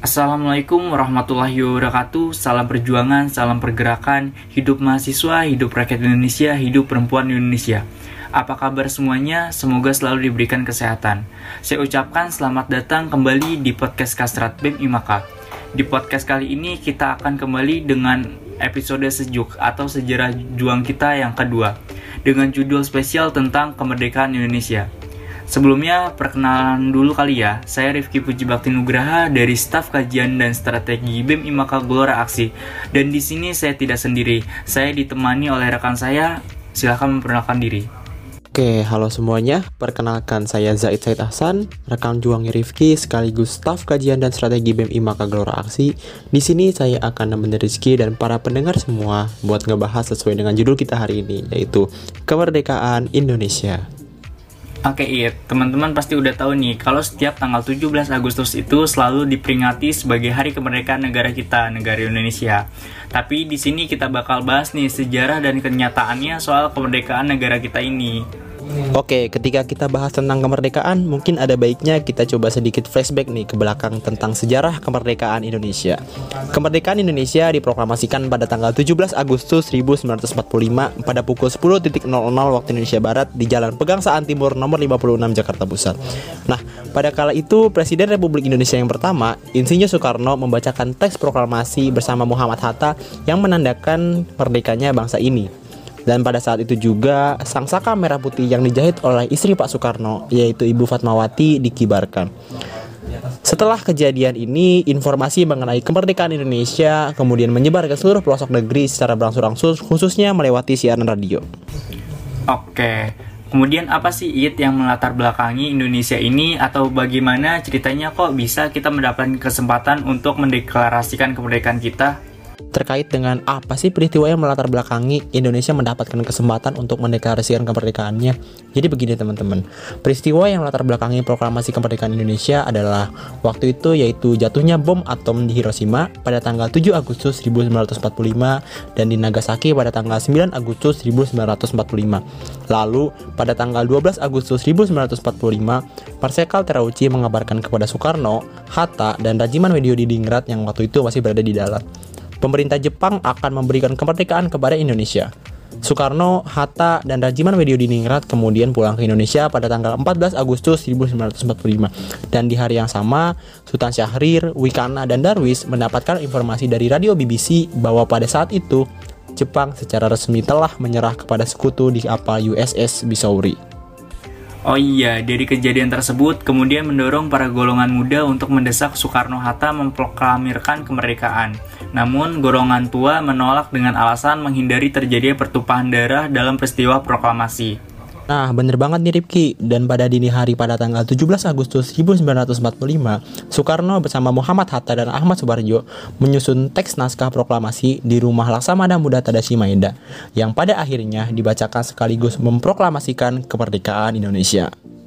Assalamualaikum warahmatullahi wabarakatuh. Salam perjuangan, salam pergerakan. Hidup mahasiswa, hidup rakyat Indonesia, hidup perempuan Indonesia. Apa kabar semuanya? Semoga selalu diberikan kesehatan. Saya ucapkan selamat datang kembali di podcast Kastrat BEM IMAKA. Di podcast kali ini kita akan kembali dengan episode sejuk atau sejarah juang kita yang kedua, dengan judul spesial tentang kemerdekaan Indonesia. Sebelumnya, perkenalan dulu kali ya. Saya Rifki Puji Bakti Nugraha dari staf kajian dan strategi BEM IMAKA Gelora Aksi. Dan di sini saya tidak sendiri. Saya ditemani oleh rekan saya. Silakan memperkenalkan diri. Oke, halo semuanya. Perkenalkan saya Zaid Said Hasan, rekan juang Rifki sekaligus staf kajian dan strategi BEM IMAKA Gelora Aksi. Di sini saya akan nemenin Rizky dan para pendengar semua buat ngebahas sesuai dengan judul kita hari ini, yaitu Kemerdekaan Indonesia. Oke, teman-teman pasti udah tahu nih kalau setiap tanggal 17 Agustus itu selalu diperingati sebagai hari kemerdekaan negara kita, negara Indonesia. Tapi di sini kita bakal bahas nih sejarah dan kenyataannya soal kemerdekaan negara kita ini. Oke, ketika kita bahas tentang kemerdekaan, mungkin ada baiknya kita coba sedikit flashback nih ke belakang tentang sejarah kemerdekaan Indonesia. Kemerdekaan Indonesia diproklamasikan pada tanggal 17 Agustus 1945 pada pukul 10.00 waktu Indonesia Barat di Jalan Pegangsaan Timur nomor 56 Jakarta Pusat. Nah, pada kala itu Presiden Republik Indonesia yang pertama, Insinyur Soekarno membacakan teks proklamasi bersama Muhammad Hatta yang menandakan merdekanya bangsa ini. Dan pada saat itu juga sang saka merah putih yang dijahit oleh istri Pak Soekarno, yaitu Ibu Fatmawati, dikibarkan. Setelah kejadian ini, informasi mengenai kemerdekaan Indonesia kemudian menyebar ke seluruh pelosok negeri secara berangsur-angsur, khususnya melewati siaran radio. Oke, kemudian apa sih yang melatar belakangi Indonesia ini, atau bagaimana ceritanya kok bisa kita mendapatkan kesempatan untuk mendeklarasikan kemerdekaan kita? Terkait dengan apa sih peristiwa yang melatar belakangi Indonesia mendapatkan kesempatan untuk mendeklarasikan kemerdekaannya? Jadi begini teman-teman, peristiwa yang melatar belakangi proklamasi kemerdekaan Indonesia adalah waktu itu yaitu jatuhnya bom atom di Hiroshima pada tanggal 7 Agustus 1945 dan di Nagasaki pada tanggal 9 Agustus 1945. Lalu pada tanggal 12 Agustus 1945, Marsekal Terauchi mengabarkan kepada Soekarno, Hatta, dan Rajiman Weddiodiningrat yang waktu itu masih berada di darat, pemerintah Jepang akan memberikan kemerdekaan kepada Indonesia. Soekarno, Hatta, dan Rajiman Weddiodiningrat kemudian pulang ke Indonesia pada tanggal 14 Agustus 1945. Dan di hari yang sama, Sultan Syahrir, Wikana, dan Darwis mendapatkan informasi dari radio BBC bahwa pada saat itu, Jepang secara resmi telah menyerah kepada sekutu di kapal USS Missouri. Oh iya, dari kejadian tersebut kemudian mendorong para golongan muda untuk mendesak Soekarno-Hatta memproklamirkan kemerdekaan. Namun, golongan tua menolak dengan alasan menghindari terjadinya pertumpahan darah dalam peristiwa proklamasi. Nah, bener banget nih Rifki. Dan pada dini hari pada tanggal 17 Agustus 1945, Soekarno bersama Muhammad Hatta dan Ahmad Subarjo menyusun teks naskah proklamasi di rumah Laksamana Muda Tadashi Maeda, yang pada akhirnya dibacakan sekaligus memproklamasikan kemerdekaan Indonesia.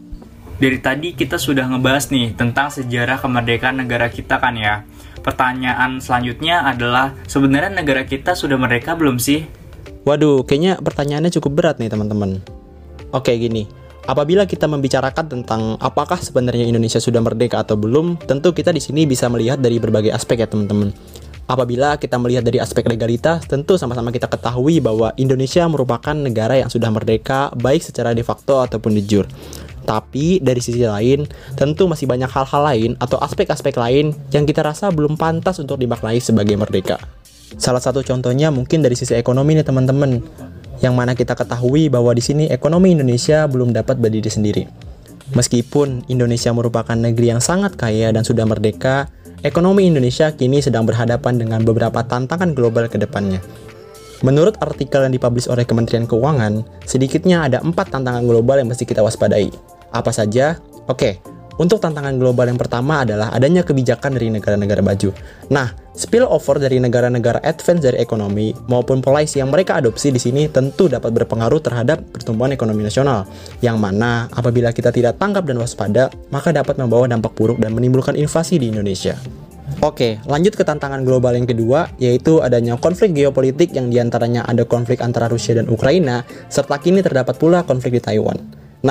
Dari tadi kita sudah ngebahas nih tentang sejarah kemerdekaan negara kita kan ya. Pertanyaan selanjutnya adalah, sebenarnya negara kita sudah merdeka belum sih? Waduh, kayaknya pertanyaannya cukup berat nih teman-teman. Oke, gini, apabila kita membicarakan tentang apakah sebenarnya Indonesia sudah merdeka atau belum, tentu kita di sini bisa melihat dari berbagai aspek ya teman-teman. Apabila kita melihat dari aspek legalitas, tentu sama-sama kita ketahui bahwa Indonesia merupakan negara yang sudah merdeka, baik secara de facto ataupun de jure. Tapi dari sisi lain, tentu masih banyak hal-hal lain atau aspek-aspek lain yang kita rasa belum pantas untuk dimaknai sebagai merdeka. Salah satu contohnya mungkin dari sisi ekonomi nih teman-teman, yang mana kita ketahui bahwa di sini ekonomi Indonesia belum dapat berdiri sendiri. Meskipun Indonesia merupakan negeri yang sangat kaya dan sudah merdeka, ekonomi Indonesia kini sedang berhadapan dengan beberapa tantangan global ke depannya. Menurut artikel yang dipublish oleh Kementerian Keuangan, sedikitnya ada 4 tantangan global yang mesti kita waspadai. Apa saja? Oke. Untuk tantangan global yang pertama adalah adanya kebijakan dari negara-negara maju. Nah, spillover dari negara-negara advance dari ekonomi maupun policy yang mereka adopsi di sini tentu dapat berpengaruh terhadap pertumbuhan ekonomi nasional. Yang mana apabila kita tidak tanggap dan waspada, maka dapat membawa dampak buruk dan menimbulkan inflasi di Indonesia. Oke, lanjut ke tantangan global yang kedua, yaitu adanya konflik geopolitik yang diantaranya ada konflik antara Rusia dan Ukraina, serta kini terdapat pula konflik di Taiwan. Nah,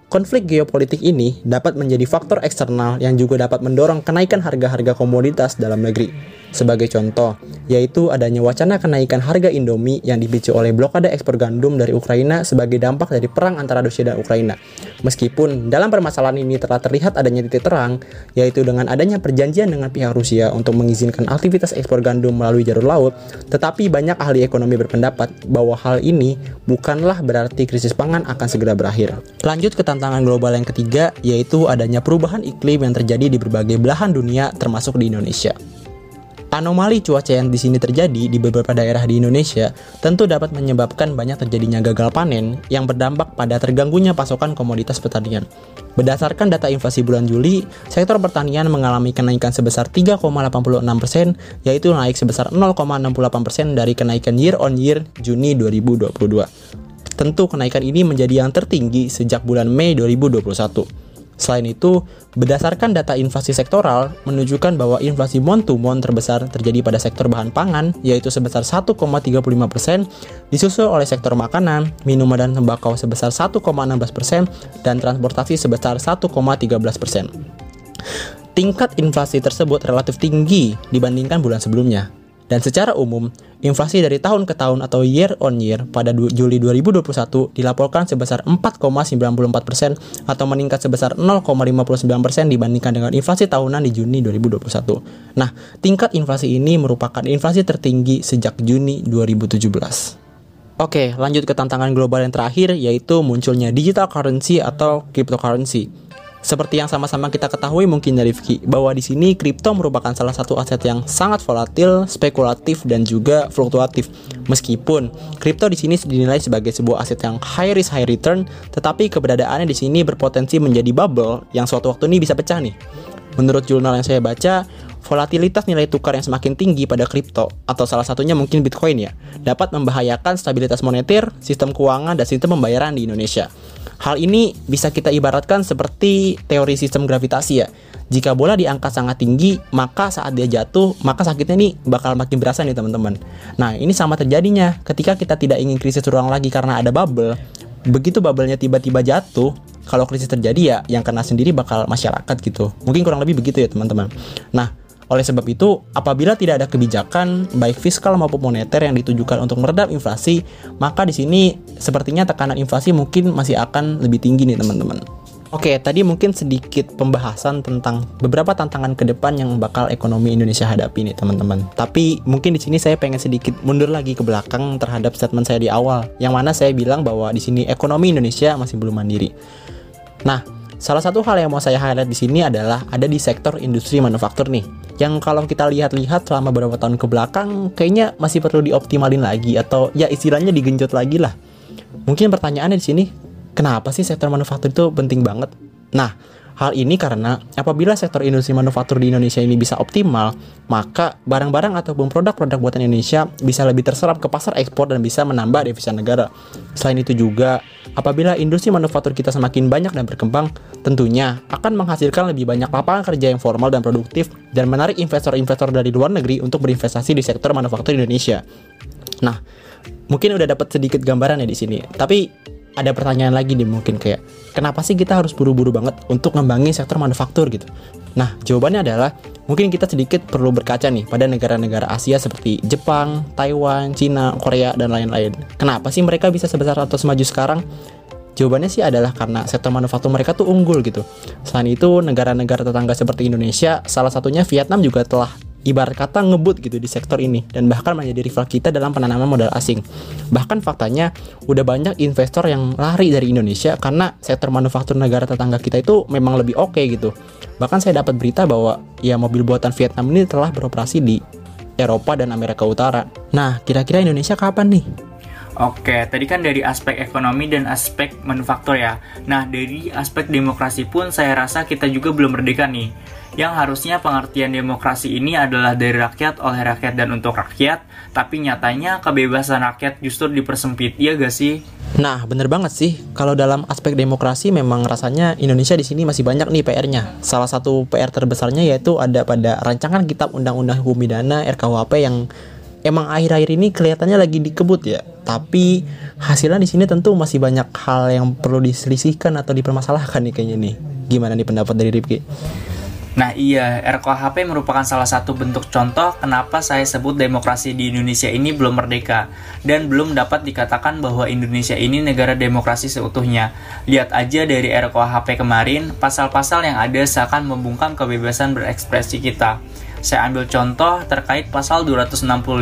Konflik geopolitik ini dapat menjadi faktor eksternal yang juga dapat mendorong kenaikan harga-harga komoditas dalam negeri. Sebagai contoh, yaitu adanya wacana kenaikan harga Indomie yang dipicu oleh blokade ekspor gandum dari Ukraina sebagai dampak dari perang antara Rusia dan Ukraina. Meskipun dalam permasalahan ini telah terlihat adanya titik terang, yaitu dengan adanya perjanjian dengan pihak Rusia untuk mengizinkan aktivitas ekspor gandum melalui jalur laut, tetapi banyak ahli ekonomi berpendapat bahwa hal ini bukanlah berarti krisis pangan akan segera berakhir. Lanjut ke tantangan global yang ketiga, yaitu adanya perubahan iklim yang terjadi di berbagai belahan dunia termasuk di Indonesia. Anomali cuaca yang di sini terjadi di beberapa daerah di Indonesia tentu dapat menyebabkan banyak terjadinya gagal panen yang berdampak pada terganggunya pasokan komoditas pertanian. Berdasarkan data inflasi bulan Juli, sektor pertanian mengalami kenaikan sebesar 3,86%, yaitu naik sebesar 0,68% dari kenaikan year on year Juni 2022. Tentu kenaikan ini menjadi yang tertinggi sejak bulan Mei 2021. Selain itu, berdasarkan data inflasi sektoral menunjukkan bahwa inflasi month to month terbesar terjadi pada sektor bahan pangan, yaitu sebesar 1,35%, disusul oleh sektor makanan, minuman dan tembakau sebesar 1,16%, dan transportasi sebesar 1,13%. Tingkat inflasi tersebut relatif tinggi dibandingkan bulan sebelumnya. Dan secara umum, inflasi dari tahun ke tahun atau year on year pada Juli 2021 dilaporkan sebesar 4,94% atau meningkat sebesar 0,59% dibandingkan dengan inflasi tahunan di Juni 2021. Nah, tingkat inflasi ini merupakan inflasi tertinggi sejak Juni 2017. Oke, lanjut ke tantangan global yang terakhir, yaitu munculnya digital currency atau cryptocurrency. Seperti yang sama-sama kita ketahui mungkin dari Rifki, bahwa di sini kripto merupakan salah satu aset yang sangat volatil, spekulatif, dan juga fluktuatif. Meskipun kripto di sini dinilai sebagai sebuah aset yang high risk high return, tetapi keberadaannya di sini berpotensi menjadi bubble yang suatu waktu ini bisa pecah nih. Menurut jurnal yang saya baca, volatilitas nilai tukar yang semakin tinggi pada kripto, atau salah satunya mungkin Bitcoin ya, dapat membahayakan stabilitas moneter, sistem keuangan, dan sistem pembayaran di Indonesia. Hal ini bisa kita ibaratkan seperti teori sistem gravitasi ya. Jika bola diangkat sangat tinggi, maka saat dia jatuh, maka sakitnya nih bakal makin berasa nih teman-teman. Nah, ini sama terjadinya ketika kita tidak ingin krisis terulang lagi karena ada bubble. Begitu bubble-nya tiba-tiba jatuh, kalau krisis terjadi ya yang kena sendiri bakal masyarakat gitu. Mungkin kurang lebih begitu ya teman-teman. Nah, oleh sebab itu, apabila tidak ada kebijakan baik fiskal maupun moneter yang ditujukan untuk meredam inflasi, maka di sini sepertinya tekanan inflasi mungkin masih akan lebih tinggi nih teman-teman. Oke, tadi mungkin sedikit pembahasan tentang beberapa tantangan ke depan yang bakal ekonomi Indonesia hadapi nih teman-teman. Tapi mungkin di sini saya pengen sedikit mundur lagi ke belakang terhadap statement saya di awal, yang mana saya bilang bahwa di sini ekonomi Indonesia masih belum mandiri. Nah, salah satu hal yang mau saya highlight di sini adalah ada di sektor industri manufaktur nih, yang kalau kita lihat-lihat selama beberapa tahun ke belakang kayaknya masih perlu dioptimalin lagi atau ya istilahnya digenjot lagi lah. Mungkin pertanyaannya di sini, kenapa sih sektor manufaktur itu penting banget? Nah, hal ini karena apabila sektor industri manufaktur di Indonesia ini bisa optimal, maka barang-barang ataupun produk-produk buatan Indonesia bisa lebih terserap ke pasar ekspor dan bisa menambah devisa negara. Selain itu juga, apabila industri manufaktur kita semakin banyak dan berkembang, tentunya akan menghasilkan lebih banyak lapangan kerja yang formal dan produktif dan menarik investor-investor dari luar negeri untuk berinvestasi di sektor manufaktur Indonesia. Nah, mungkin udah dapat sedikit gambaran ya di sini. Tapi ada pertanyaan lagi nih mungkin kayak, kenapa sih kita harus buru-buru banget untuk ngembangin sektor manufaktur gitu? Nah, jawabannya adalah mungkin kita sedikit perlu berkaca nih pada negara-negara Asia seperti Jepang, Taiwan, Cina, Korea, dan lain-lain. Kenapa sih mereka bisa sebesar atau semaju sekarang? Jawabannya sih adalah karena sektor manufaktur mereka tuh unggul gitu. Selain itu, negara-negara tetangga seperti Indonesia, salah satunya Vietnam juga telah ibarat kata ngebut gitu di sektor ini dan bahkan menjadi rival kita dalam penanaman modal asing. Bahkan faktanya udah banyak investor yang lari dari Indonesia karena sektor manufaktur negara tetangga kita itu memang lebih oke gitu. Bahkan saya dapat berita bahwa ya mobil buatan Vietnam ini telah beroperasi di Eropa dan Amerika Utara. Nah, kira-kira Indonesia kapan nih? Oke, tadi kan dari aspek ekonomi dan aspek manufaktur ya. Nah, dari aspek demokrasi pun saya rasa kita juga belum merdeka nih. Yang harusnya pengertian demokrasi ini adalah dari rakyat, oleh rakyat, dan untuk rakyat. Tapi nyatanya kebebasan rakyat justru dipersempit, iya gak sih? Nah, bener banget sih. Kalau dalam aspek demokrasi memang rasanya Indonesia di sini masih banyak nih PR-nya. Salah satu PR terbesarnya yaitu ada pada rancangan Kitab Undang-Undang Hukum Pidana RKUHP emang akhir-akhir ini kelihatannya lagi dikebut ya. Tapi hasilnya di sini tentu masih banyak hal yang perlu diselisihkan atau dipermasalahkan nih kayaknya nih. Gimana nih pendapat dari Rifki? Nah iya, RKUHP merupakan salah satu bentuk contoh kenapa saya sebut demokrasi di Indonesia ini belum merdeka dan belum dapat dikatakan bahwa Indonesia ini negara demokrasi seutuhnya. Lihat aja dari RKUHP kemarin, pasal-pasal yang ada seakan membungkam kebebasan berekspresi kita. Saya ambil contoh terkait pasal 265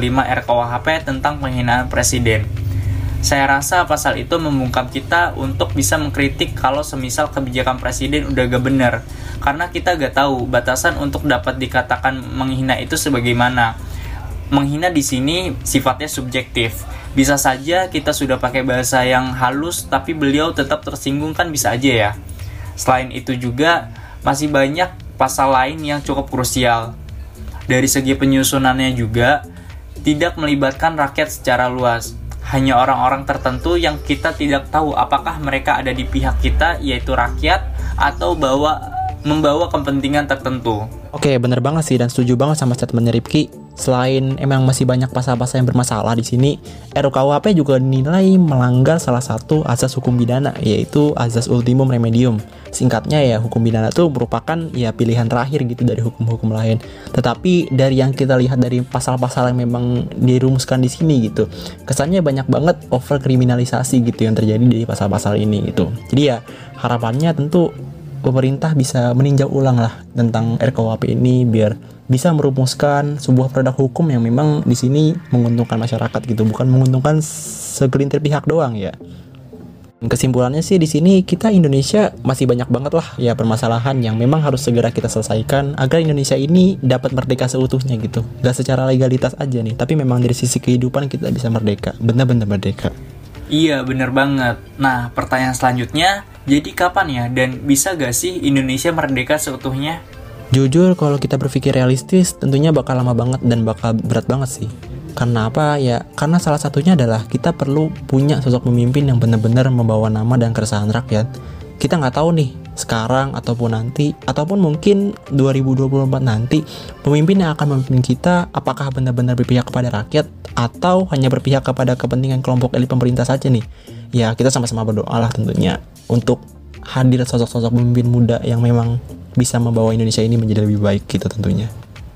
RKUHP tentang penghinaan presiden. Saya rasa pasal itu membungkam kita untuk bisa mengkritik kalau semisal kebijakan presiden udah gak bener. Karena kita gak tahu batasan untuk dapat dikatakan menghina itu sebagaimana. Menghina di sini sifatnya subjektif. Bisa saja kita sudah pakai bahasa yang halus tapi beliau tetap tersinggung kan bisa aja ya. Selain itu juga masih banyak pasal lain yang cukup krusial. Dari segi penyusunannya juga tidak melibatkan rakyat secara luas. Hanya orang-orang tertentu yang kita tidak tahu apakah mereka ada di pihak kita, yaitu rakyat, atau membawa kepentingan tertentu. Oke, bener banget sih dan setuju banget sama statementnya Rifki. Selain emang masih banyak pasal-pasal yang bermasalah di sini, RKUHP juga dinilai melanggar salah satu azas hukum pidana, yaitu azas ultimum remedium. Singkatnya ya, hukum pidana itu merupakan ya pilihan terakhir gitu dari hukum-hukum lain. Tetapi dari yang kita lihat dari pasal-pasal yang memang dirumuskan di sini gitu, kesannya banyak banget overkriminalisasi gitu yang terjadi di pasal-pasal ini gitu. Jadi ya harapannya tentu pemerintah bisa meninjau ulang lah tentang RKUHP ini biar bisa merumuskan sebuah produk hukum yang memang di sini menguntungkan masyarakat gitu, bukan menguntungkan segelintir pihak doang ya. Kesimpulannya sih di sini kita Indonesia masih banyak banget lah ya permasalahan yang memang harus segera kita selesaikan agar Indonesia ini dapat merdeka seutuhnya gitu. Gak secara legalitas aja nih, tapi memang dari sisi kehidupan kita bisa merdeka, benar-benar merdeka. Iya, bener banget. Nah, pertanyaan selanjutnya, jadi kapan ya dan bisa gak sih Indonesia merdeka seutuhnya? Jujur kalau kita berpikir realistis tentunya bakal lama banget dan bakal berat banget sih. Karena apa ya? Karena salah satunya adalah kita perlu punya sosok pemimpin yang benar-benar membawa nama dan keresahan rakyat. Kita nggak tahu nih sekarang ataupun nanti ataupun mungkin 2024 nanti pemimpin yang akan memimpin kita apakah benar-benar berpihak kepada rakyat atau hanya berpihak kepada kepentingan kelompok elit pemerintah saja nih. Ya kita sama-sama berdoa lah tentunya untuk hadir sosok-sosok pemimpin muda yang memang bisa membawa Indonesia ini menjadi lebih baik gitu tentunya.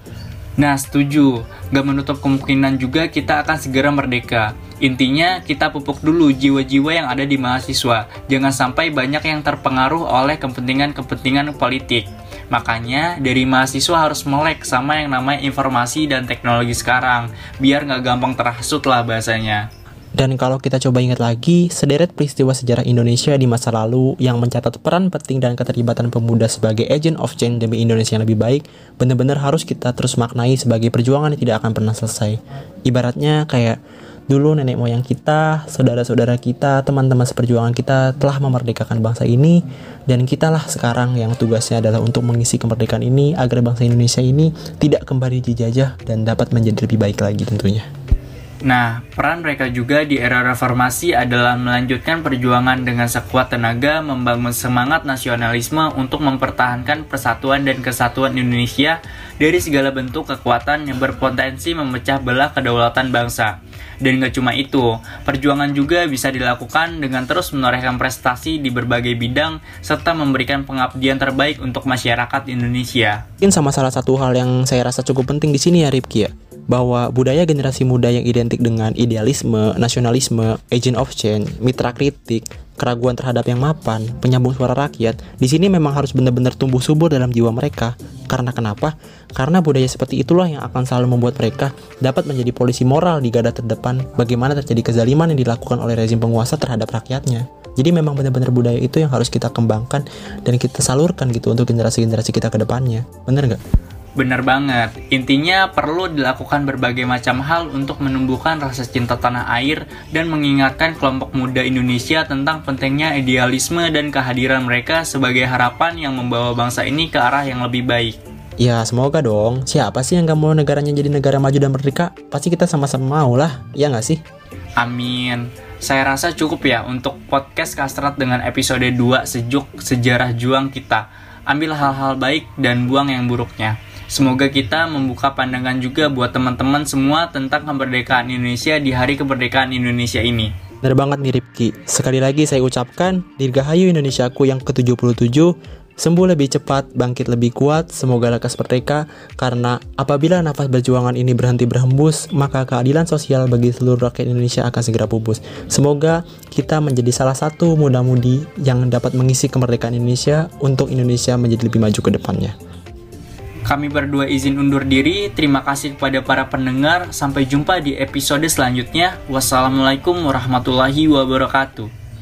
Nah, setuju. Gak menutup kemungkinan juga kita akan segera merdeka. Intinya, kita pupuk dulu jiwa-jiwa yang ada di mahasiswa. Jangan sampai banyak yang terpengaruh oleh kepentingan-kepentingan politik. Makanya, dari mahasiswa harus melek sama yang namanya informasi dan teknologi sekarang. Biar gak gampang terhasut lah bahasanya. Dan kalau kita coba ingat lagi, sederet peristiwa sejarah Indonesia di masa lalu yang mencatat peran penting dan keterlibatan pemuda sebagai agent of change demi Indonesia yang lebih baik, benar-benar harus kita terus maknai sebagai perjuangan yang tidak akan pernah selesai. Ibaratnya kayak dulu nenek moyang kita, saudara-saudara kita, teman-teman seperjuangan kita telah memerdekakan bangsa ini, dan kitalah sekarang yang tugasnya adalah untuk mengisi kemerdekaan ini agar bangsa Indonesia ini tidak kembali dijajah dan dapat menjadi lebih baik lagi tentunya. Nah, peran mereka juga di era reformasi adalah melanjutkan perjuangan dengan sekuat tenaga, membangun semangat nasionalisme untuk mempertahankan persatuan dan kesatuan Indonesia dari segala bentuk kekuatan yang berpotensi memecah belah kedaulatan bangsa. Dan gak cuma itu, perjuangan juga bisa dilakukan dengan terus menorehkan prestasi di berbagai bidang serta memberikan pengabdian terbaik untuk masyarakat Indonesia. Mungkin sama salah satu hal yang saya rasa cukup penting di sini ya Rifki ya, bahwa budaya generasi muda yang identik dengan idealisme, nasionalisme, agent of change, mitra kritik, keraguan terhadap yang mapan, penyambung suara rakyat, di sini memang harus benar-benar tumbuh subur dalam jiwa mereka. Karena kenapa? Karena budaya seperti itulah yang akan selalu membuat mereka dapat menjadi polisi moral di garda terdepan bagaimana terjadi kezaliman yang dilakukan oleh rezim penguasa terhadap rakyatnya. Jadi memang benar-benar budaya itu yang harus kita kembangkan dan kita salurkan gitu untuk generasi-generasi kita ke depannya. Bener nggak? Benar banget. Intinya perlu dilakukan berbagai macam hal untuk menumbuhkan rasa cinta tanah air dan mengingatkan kelompok muda Indonesia tentang pentingnya idealisme dan kehadiran mereka sebagai harapan yang membawa bangsa ini ke arah yang lebih baik. Ya semoga dong. Siapa sih yang gak mau negaranya jadi negara maju dan merdeka? Pasti kita sama-sama mau lah, ya gak sih? Amin. Saya rasa cukup ya untuk podcast Kastrat dengan episode 2 Sejuk Sejarah Juang kita. Ambil hal-hal baik dan buang yang buruknya. Semoga kita membuka pandangan juga buat teman-teman semua tentang kemerdekaan Indonesia di Hari Kemerdekaan Indonesia ini. Benar banget nih Rifki. Sekali lagi saya ucapkan, Dirgahayu Indonesiaku yang ke-77, sembuh lebih cepat, bangkit lebih kuat, semoga lekas merdeka, karena apabila nafas perjuangan ini berhenti berhembus, maka keadilan sosial bagi seluruh rakyat Indonesia akan segera pupus. Semoga kita menjadi salah satu muda-mudi yang dapat mengisi kemerdekaan Indonesia untuk Indonesia menjadi lebih maju ke depannya. Kami berdua izin undur diri. Terima kasih kepada para pendengar. Sampai jumpa di episode selanjutnya. Wassalamualaikum warahmatullahi wabarakatuh.